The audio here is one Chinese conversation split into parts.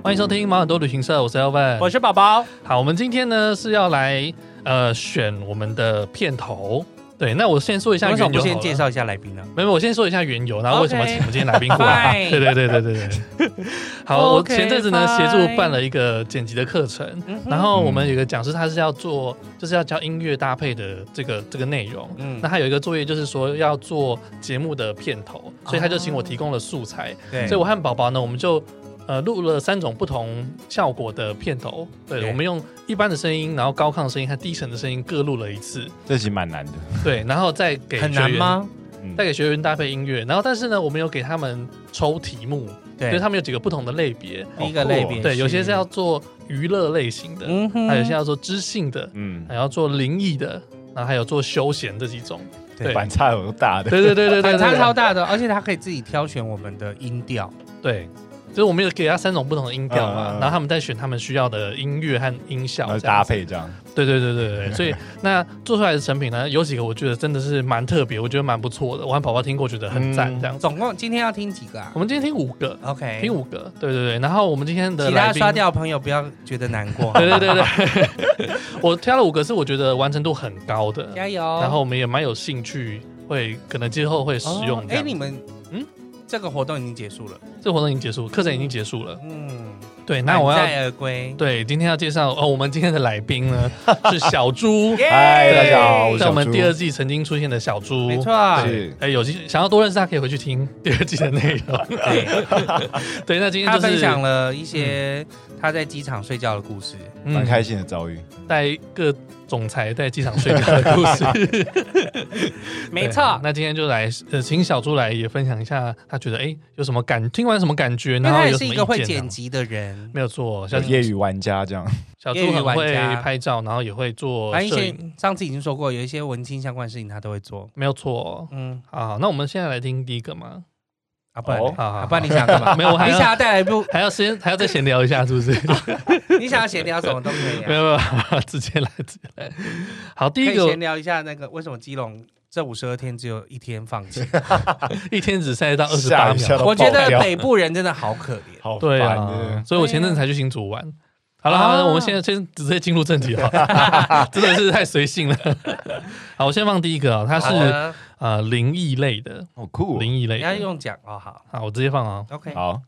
欢迎收听毛很多旅行社，我是 Elvin， 我是宝宝。 好，我们今天呢是要来选我们的片头。对，那我先说一下缘由。 为什么不先介绍一下来宾呢？ 没有，我先说一下缘由，然后为什么请我们今天来宾过来。对。好，我前阵子呢协助办了一个剪辑的课程，然后我们有一个讲师他是要做，就是要教音乐搭配的这个内容。那他有一个作业就是说要做节目的片头，所以他就请我提供了素材。所以我和宝宝呢，我们就录了3种不同效果的片头。对，我们用一般的声音，然后高亢的声音和低沉的声音各录了一次。 这其实蛮难的。 对，然后再给很难吗？ 再给学员搭配音乐，然后但是呢，我们有给他们抽题目，对，他们有几个不同的类别。 第一个类别， 对，有些是要做娱乐类型的，还有些要做知性的，还要做灵异的，然后还有做休闲这几种。 对，反差有大的。 对， 反差超大的，而且他可以自己挑选我们的音调。 对。就是我们有给他3种不同的音调嘛，然后他们再选他们需要的音乐和音效， 然后搭配这样。 对，所以那做出来的成品呢，有几个我觉得真的是蛮特别，我觉得蛮不错的。我和宝宝听过，觉得很赞。这样， 总共今天要听几个啊？ 我们今天听5个 ，OK， 听5个。对。然后我们今天的其他刷掉的朋友不要觉得难过。 对，我挑了5个是我觉得完成度很高的， 加油。 然后我们也蛮有兴趣，可能之后会使用。 你们这个活动已经结束了， 这个活动已经结束，课程已经结束了。对，那我要满载而归。 对，今天要介绍我们今天的来宾呢是小猪。 嗨，大家好， 在我们第2季曾经出现的小猪， 没错。 有想要多认识他，可以回去听第2季的内容。对，那今天他分享了一些他在机场睡觉的故事， 蛮开心的遭遇， 带各总裁在机场睡觉的故事。 没错。 那今天就来请小猪来也分享一下，他觉得有什么听完什么感觉，然后他也是一个会剪辑的人， 没有错， 像业余玩家这样。 小猪很会拍照，然后也会做摄影。 上次已经说过，有一些文青相关的事情他都会做， 没有错。好，那我们现在来听第一个吗？ 不然你想干嘛？ 没有， 你想要带来一部， 还要再闲聊一下，是不是？ 你想要闲聊什么都可以。 没有，直接来。好，第一个闲聊一下那个为什么基隆这52天只有1天放弃， 一天只晒到28秒。 我觉得北部人真的好可怜， 对啊，所以我前阵子才去新竹玩。好了，我们现在先直接进入正题了，真的是太随性了。好，我先放第一个它是灵异类的， 好酷， 灵异类， 你要用讲哦，好， 我直接放啊 ，OK， 好。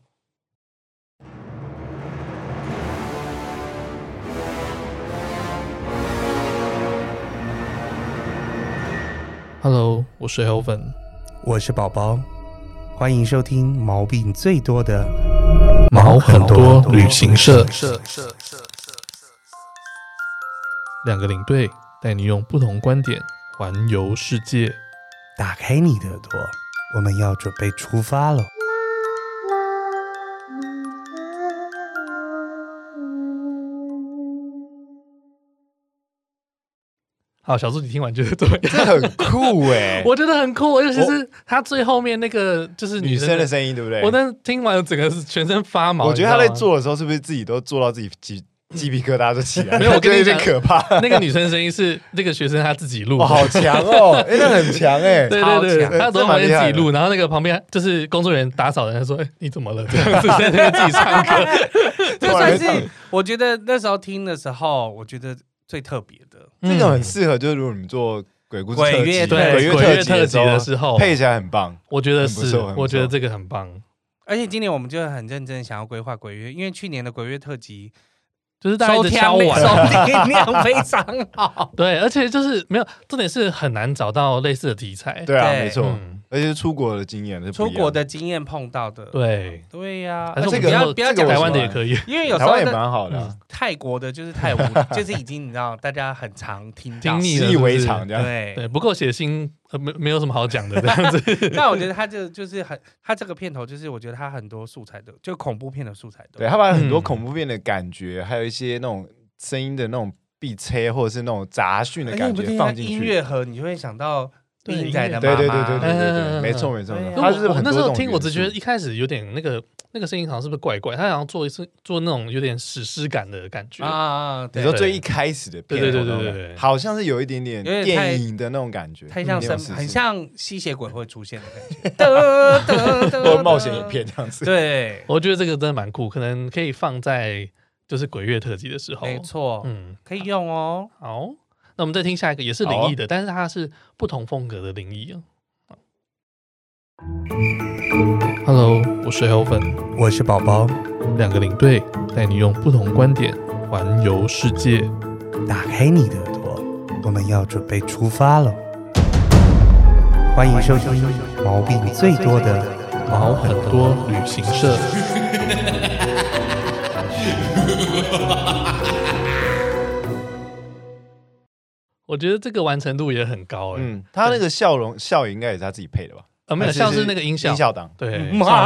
Hello， 我是 Elvin， 我是宝宝，欢迎收听毛病最多的毛很多旅行社。2个领队带你用不同观点环游世界。 打开你的耳朵，我们要准备出发了。 好，小猪你听完觉得怎么样？ 这很酷我觉得很酷，尤其是他最后面那个就是女生的声音，对不对？ 我那听完整个是全身发毛。 我觉得他在做的时候，是不是自己都做到自己鸡皮疙瘩都起来？ 没有，我跟你讲， 有点可怕。 那个女生声音是那个学生他自己录， 好强哦！那很强哎， 对，他都旁边自己录，然后那个旁边就是工作人员打扫的人说：“你怎么了？”这样子在那边自己唱歌。 这算是我觉得那时候听的时候，我觉得最特别的。 这个很适合，就是如果你们做鬼故事鬼月特辑的时候， 配起来很棒。 我觉得是，我觉得这个很棒。 而且今年我们就很认真想要规划鬼月，因为去年的鬼月特辑就是大家一直敲完， 收听量非常好。 对，而且就是没有重点是很难找到类似的题材。 对啊，没错。而且是出国的经验， 出国的经验碰到的，对呀。 而且不要讲台湾的也可以， 因为有时候台湾也蛮好的。 泰国的就是太无，就是已经你知道大家很常听腻习以为常这样。 对，不够血腥，没有什么好讲的这样子。 但我觉得他就是他这个片头就是我觉得他很多素材的，就恐怖片的素材的。 对，他把很多恐怖片的感觉，还有一些那种声音的那种避车或者是那种杂讯的感觉放进去。 音乐盒你就会想到冰仔的妈对妈， 对，没错。他是我那时候听，我只觉得一开始有点那个声音好像是不是怪怪，他好像做那种有点史诗感的感觉啊。 你说最一开始的片头，对，好像是有一点点电影的那种感觉， 太像很像吸血鬼会出现的感觉， 或冒险影片这样子。 对， 我觉得这个真的蛮酷，可能可以放在就是鬼月特辑的时候， 没错，可以用哦。 好。那我们再听下一个，也是灵异的，但是它是不同风格的灵异啊。Hello， 我是 Elvin， 我是宝宝， 两个领队带你用不同观点环游世界。 打开你的耳朵，我们要准备出发了。欢迎收听毛病最多的毛很多旅行社。我觉得这个完成度也很高他那个笑也应该也是他自己配的吧？ 没有，像是那个音效档， 对，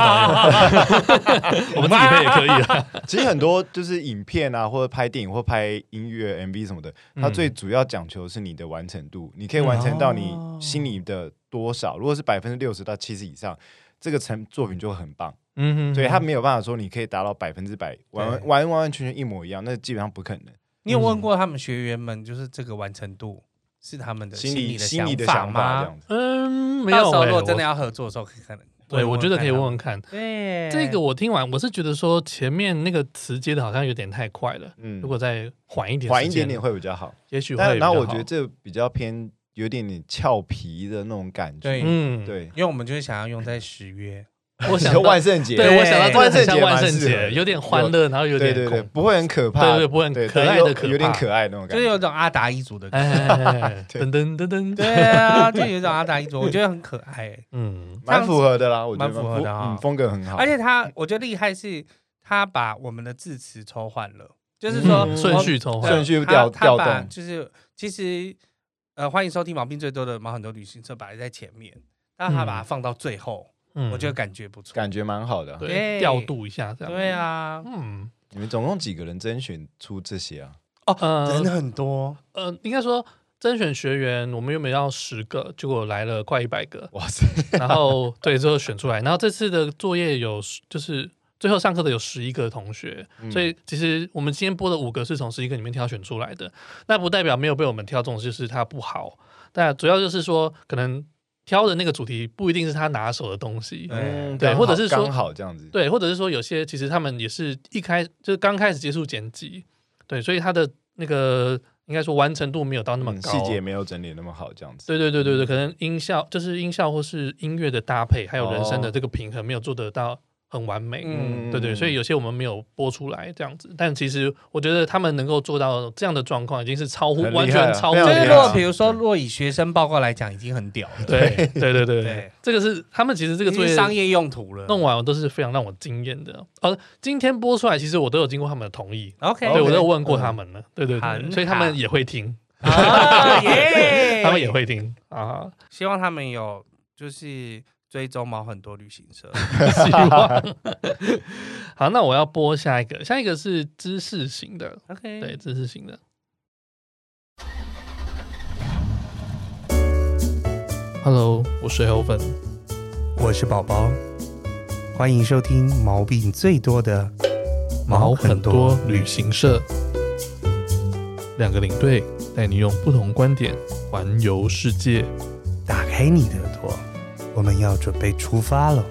我们自己配也可以啊。 其实很多就是影片啊，或者拍电影或拍音乐 MV 什么的，它最主要讲求是你的完成度，你可以完成到你心里的多少。如果是60%到70%以上，这个作品就会很棒。所以他没有办法说你可以达到100%完全一模一样，那基本上不可能。 你有问过他们学员们，就是这个完成度是他们的心里的想法吗？ 没有。 到时候如果真的要合作的时候，可以看。 对，我觉得可以问问看。对，这个我听完，我是觉得说前面那个词接的好像有点太快了。如果再缓一点会比较好， 也许会。然后我觉得这比较偏有点俏皮的那种感觉。 对，因为我们就是想要用在10月。 我想到万圣节， 对，我想到万圣节，有点欢乐，然后有点对，不会很可怕， 对，不会很可爱的可怕， 有点可爱那种感觉， 就是有种阿达一族的感觉， 噔噔噔噔， 对啊，就有种阿达一族，我觉得很可爱， 蛮符合的啦，我觉得蛮符合的， 风格很好， 而且我觉得厉害是，他把我们的字词抽换了，就是说顺序抽换， 顺序调动， 就是其实欢迎收听毛病最多的毛很多旅行社摆在前面，但他把它放到最后。我觉得感觉不错， 感觉蛮好的， 对，调度一下这样。 对啊， 你们总共几个人甄选出这些啊？ 人很多， 应该说甄选学员，我们原本要10个，结果来了快100个， 哇塞！ 然后对，最后选出来，然后这次的作业就是最后上课的有11个同学，所以其实我们今天播的5个是从11个里面挑选出来的，那不代表没有被我们挑中，就是它不好，但主要就是说可能。挑的那个主题不一定是他拿手的东西，对，或者是说刚好这样子， 对，或者是说有些其实他们也是就是刚开始接触剪辑，对，所以他的那个应该说完成度没有到那么高， 细节没有整理那么好，这样子， 对，可能音效或是音乐的搭配，还有人声的这个平衡没有做得到很完美，对，所以有些我们没有播出来这样子，但其实我觉得他们能够做到这样的状况，已经是完全超乎。 就是比如说以学生报告来讲，已经很屌了。 对，这个是他们其实这个作业商业用途了， 弄完都是非常让我惊艳的。今天播出来，其实我都有经过他们的同意 ，OK， 对我都有问过他们了，对，所以他们也会听他们也会听啊， 希望他们有就是。追踪毛很多旅行社， 希望。好，那我要播下一个是知识型的 ，OK， 对，知识型的。Hello， 我是 Elvin， 我是宝宝，欢迎收听毛病最多的毛很多旅行社，两个领队带你用不同观点环游世界， 打开你的耳朵。我们要准备出发了。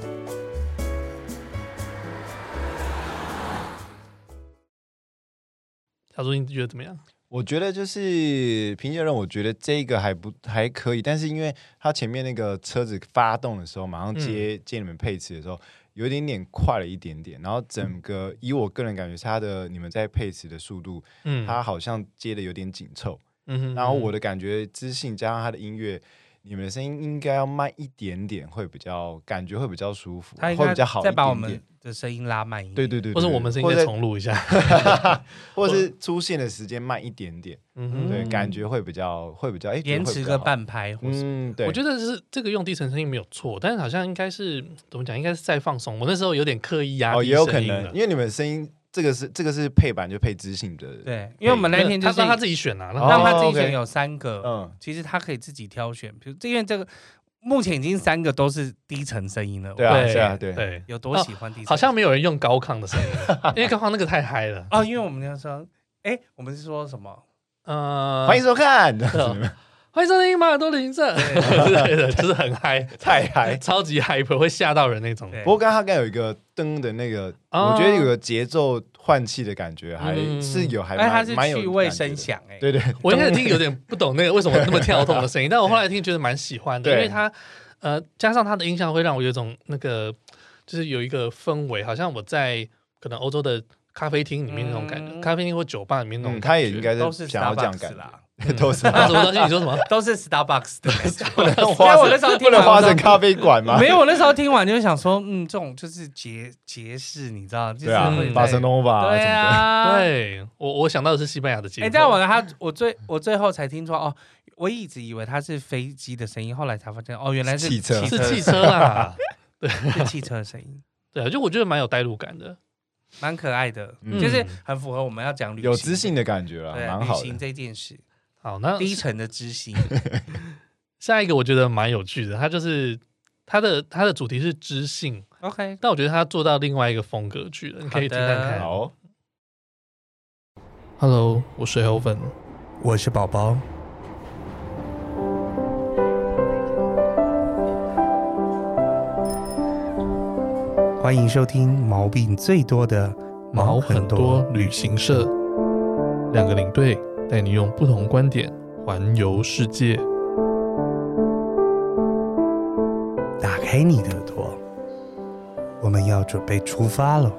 小朱，你觉得怎么样？ 我觉得就是凭借人，我觉得这个还可以，但是因为它前面那个车子发动的时候，马上接你们配词的时候，有一点点快了一点点，然后整个以我个人感觉，它的你们在配词的速度，它好像接的有点紧凑，然后我的感觉知性加上它的音乐。你们的声音应该要慢一点点，会比较感觉会比较舒服，会比较好一点点。 再把我们的声音拉慢一点， 对， 或者我们声音再重录一下， 或者是出现的时间慢一点点，对，感觉会比较延迟个半拍， 对。我觉得是这个用低沉声音没有错，但是好像应该是怎么讲，应该是再放松。我那时候有点刻意压低声音了， 也有可能，因为你们声音这个是配版就配知性的， 对，因为我们那天就是让他自己选啊， 让他自己选有3个，其实他可以自己挑选，比如因为这个目前已经3个都是低沉声音了， 对啊，对， 有多喜欢低沉？ 好像没有人用高亢的声音，因为高亢那个太嗨了哦，因为我们那时候，我们是说什么？ 欢迎收看。 欢迎收听马尔多旅行社，对的，就是很嗨， 太嗨， 超级 hyper， 会吓到人那种。 不过刚刚有一个灯的那个，我觉得有个节奏换气的感觉，还是有，还它是趣味声响， 对， 我一开始听有点不懂那个为什么那么跳动的声音，但我后来听觉得蛮喜欢的，因为它加上它的音效会让我有一种那个就是有一个氛围，好像我在可能欧洲的咖啡厅里面那种感觉，咖啡厅或酒吧里面那种感觉， 他也应该是想要这样感觉。都是什么东西？你说什么？ 都是 Starbucks 的， 不能花成咖啡馆吗？ 没有，我那时候听完就想说，这种就是爵士，你知道，就是巴塞诺瓦， 对啊， 对，我想到的是西班牙的节奏。 但我最后才听说，我一直以为它是飞机的声音，后来才发现，原来是汽车， 是汽车啦，对， 是汽车的声音。 对啊，就我觉得蛮有代入感的。 蛮可爱的，就是很符合我们要讲旅行有知性的感觉啦，蛮好的。 旅行这件事， 好，那低沉的知性。 下一个我觉得蛮有趣的，它就是它的主题是知性 ，OK， 但我觉得它做到另外一个风格去了，你可以听看看。 好 ，Hello， 我是 Elvin， 我是宝宝。欢迎收听毛病最多的毛很多旅行社，2个领队带你用不同观点环游世界。 打开你的耳朵，我们要准备出发了。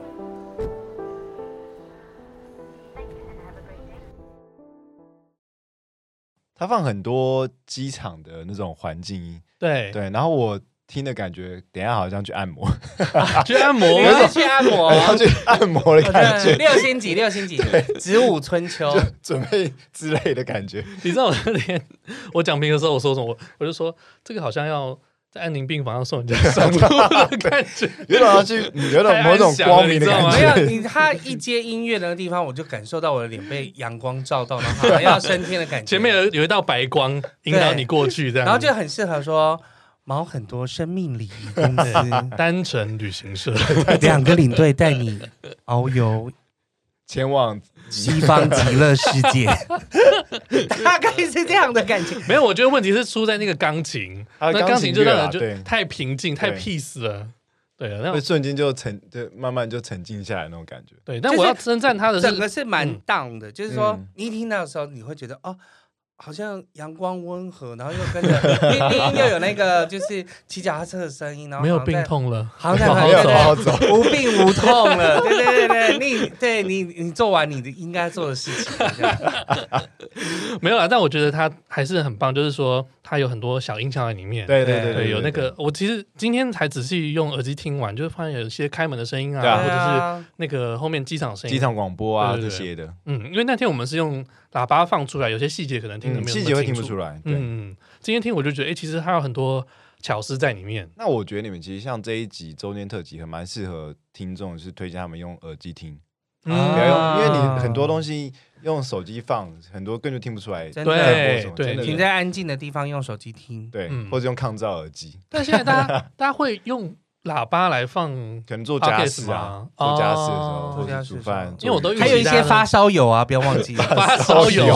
他放很多机场的那种环境音， 对， 然后我听的感觉，等一下好像去按摩， 去按摩， 你是去按摩， 要去按摩的感觉 ，6星级，植物春秋， 就准备之类的感觉。 你知道我那天我讲评的时候，我说什么？我就说这个好像要在安宁病房要送人家上路的感觉， 有种要去，有种某种光明的感觉。 没有，他一接音乐的那个地方，我就感受到我的脸被阳光照到，然后好像要升天的感觉。 前面有一道白光引导你过去，这样， 然后就很适合说。毛很多生命礼仪公司单程旅行社 ，2个领队带你遨游前往西方极乐世界，大概是这样的感觉。 没有，我觉得问题是出在那个钢琴，那钢琴就让人就太平静、太 peace 了。对啊，那瞬间就慢慢就沉静下来那种感觉。 对，但我要称赞他的是， 整个是蛮 down 的，就是说你一听到的时候，你会觉得好像阳光温和，然后又跟着又有那个就是骑脚踏车的声音，然后没有病痛了， 好像好走，无病无痛了，对，你做完你应该做的事情， 没有啦，但我觉得他还是很棒，就是说他有很多小音效在里面， 对， 有那个我其实今天才仔细用耳机听完，就是发现有一些开门的声音啊，或者是那个后面机场声音、 机场广播啊这些的， 因为那天我们是用喇叭放出来，有些细节可能听得没有那么清楚， 细节会听不出来。 今天听我就觉得，其实还有很多巧思在里面。 那我觉得你们其实像这一集周年特辑，很蛮适合听众，是推荐他们用耳机听，不要用，因为你很多东西用手机放，很多根本就听不出来。 对， 停在安静的地方用手机听， 对，或者用抗噪耳机。 但现在大家会用喇叭来放， 可能做家事啊，做家事的时候，或者煮饭， 因为我都还有一些发烧友啊，不要忘记发烧友，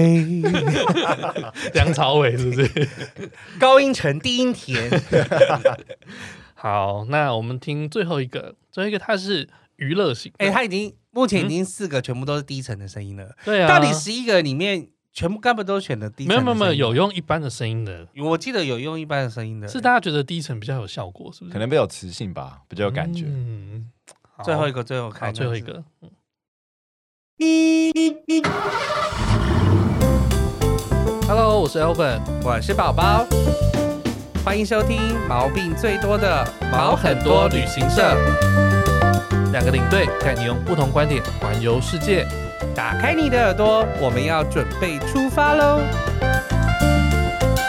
梁朝伟是不是？ 高音沉，低音甜。 好，那我们听最后一个，它是娱乐型， 它目前已经4个全部都是低沉的声音了。 对啊， 到底11个里面。全部根本都选的低沉的声音， 没有用一般的声音的， 我记得有用一般的声音的， 是大家觉得低沉比较有效果，是不是？ 可能比较有磁性吧，比较有感觉。 最后一个， 最后一个。Hello， 我是 Elvin， 我是宝宝，欢迎收听毛病最多的毛很多旅行社 ，2个领队带你用不同观点环游世界。 打开你的耳朵，我们要准备出发喽！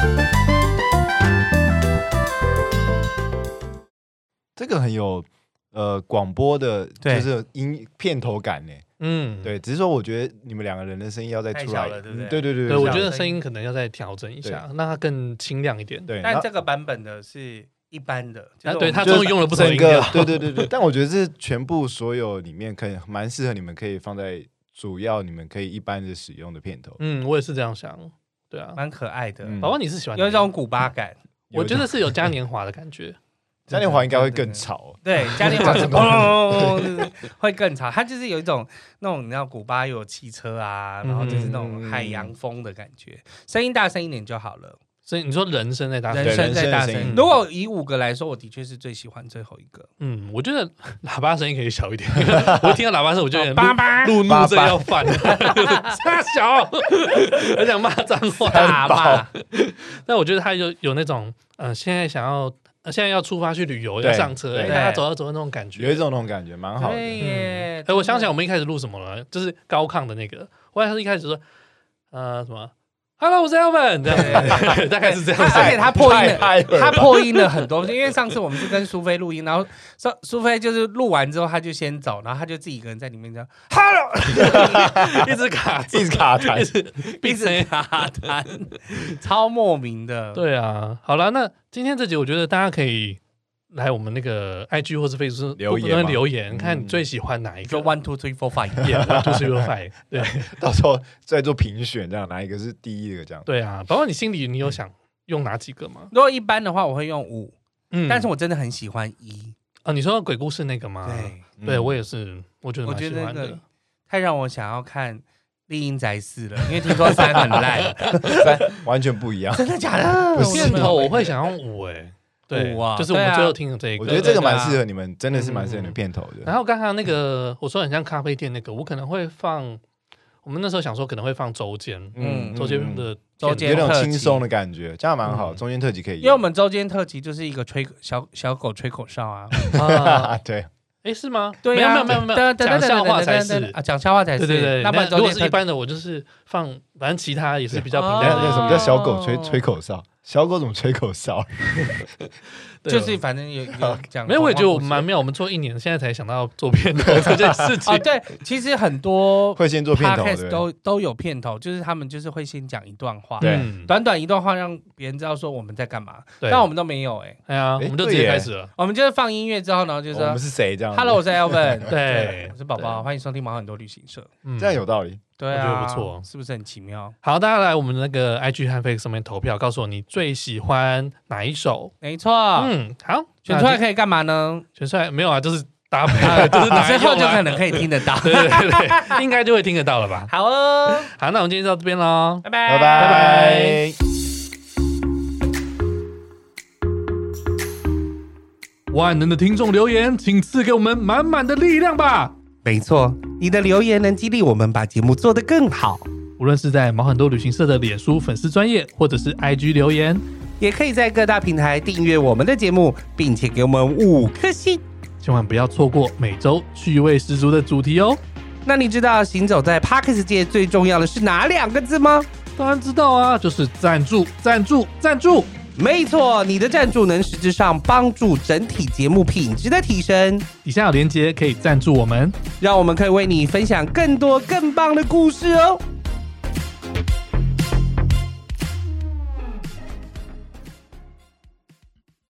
这个很有广播的，就是片头感呢。对，只是说我觉得你们两个人的声音要再出来，对， 我觉得声音可能要再调整一下，让它更清亮一点。 对， 但这个版本的是一般的， 对，他终于用了不同音调。 对，但我觉得这全部所有里面可以蛮适合你们可以放在主要你们可以一般的使用的片头。 我也是这样想。对啊， 蛮可爱的。 宝宝你是喜欢有一种古巴感， 我觉得是有嘉年华的感觉。 嘉年华应该会更吵， 对，嘉年华是会更吵，它就是有一种那种你知道古巴有汽车啊，然后就是那种海洋风的感觉，声音大声一点就好了。 所以你说人声在大声， 人声在大声。如果以5个来说，我的确是最喜欢最后一个。 我觉得喇叭声音可以小一点。我听到喇叭声，我就有点怒症要犯了，差小，很想骂脏话， 大骂。 但我觉得他有那种现在要出发去旅游，要上车，大家走到那种感觉， 有一种那种感觉，蛮好的。 我想起来我们一开始录什么了，就是高亢的那个。我还是一开始说，什么 ，Hello， 我是 Alvin， 这样，大概是这样。 而且他破音了很多，因为上次我们是跟苏菲录音，然后苏菲就是录完之后他就先走，然后他就自己一个人在里面这样 ，Hello， 一直卡痰， 一直卡痰，超莫名的。 对啊，好了，那今天这集我觉得大家可以来我们那个 IG 或是 Facebook 留言，看你最喜欢哪一个。 说 1 2 3 4 5 1 2 3 4 5 对， 到时候再做评选，这样哪一个是第一个这样。 对啊，包括你心里你有想用哪几个吗？ 如果一般的话，我会用5，但是我真的很喜欢1。 你说鬼故事那个吗？对，我也是，我觉得蛮喜欢的。 太让我想要看《丽英宅4》了，因为听说3很烂 ，3完全不一样。 真的假的？ 片头我会想用5对，就是我们最后听的这一个， 我觉得这个蛮适合你们，真的是蛮适合你们片头的。 然后刚刚那个我说很像咖啡店那个，我可能会放，我们那时候想说可能会放周间，周间的有种轻松的感觉，这样蛮好。中间特辑可以， 因为我们周间特辑就是一个小狗吹口哨啊， 对。 是吗？ 对啊，没有，讲笑话才是啊，讲笑话才是。 对。 那如果是一般的，我就是放，反正其他也是比较平淡的。 什么叫小狗吹口哨？小狗怎么吹口哨？ 就是反正有讲， 没有，我也觉得我们蛮妙。我们做1年，现在才想到做片头这件事情。 对，其实很多会先做片头， 都有片头，就是他们就是会先讲一段话， 短短一段话让别人知道说我们在干嘛。但我们都没有哎呀，我们就直接开始了。 我们就是放音乐之后，然后就说我们是谁这样。 Hello， 我是 Alvin， 对， 我是宝宝，欢迎收听毛很多旅行社。 这样有道理。 对啊， 我觉得不错， 是不是很奇妙？ 好，大家来我们那个 IG 和 Facebook 上面投票，告诉我你最喜欢哪一首。 没错， 好， 选出来可以干嘛呢？ 选出来没有啊，就是搭配，就是之后就可能可以听得到， 对，应该就会听得到了吧？ 好哦， 好，那我们今天就到这边喽， 拜拜。 万能的听众留言，请赐给我们满满的力量吧。 没错，你的留言能激励我们把节目做得更好。 无论是在毛很多旅行社的脸书粉丝专页，或者是 IG 留言， 也可以在各大平台订阅我们的节目，并且给我们5颗星。 千万不要错过每周趣味十足的主题哦。 那你知道行走在 Podcast 界最重要的是哪2个字吗？ 当然知道啊，就是赞助，赞助，赞助。 没错，你的赞助能实质上帮助整体节目品质的提升。 底下有连结可以赞助我们， 让我们可以为你分享更多更棒的故事哦。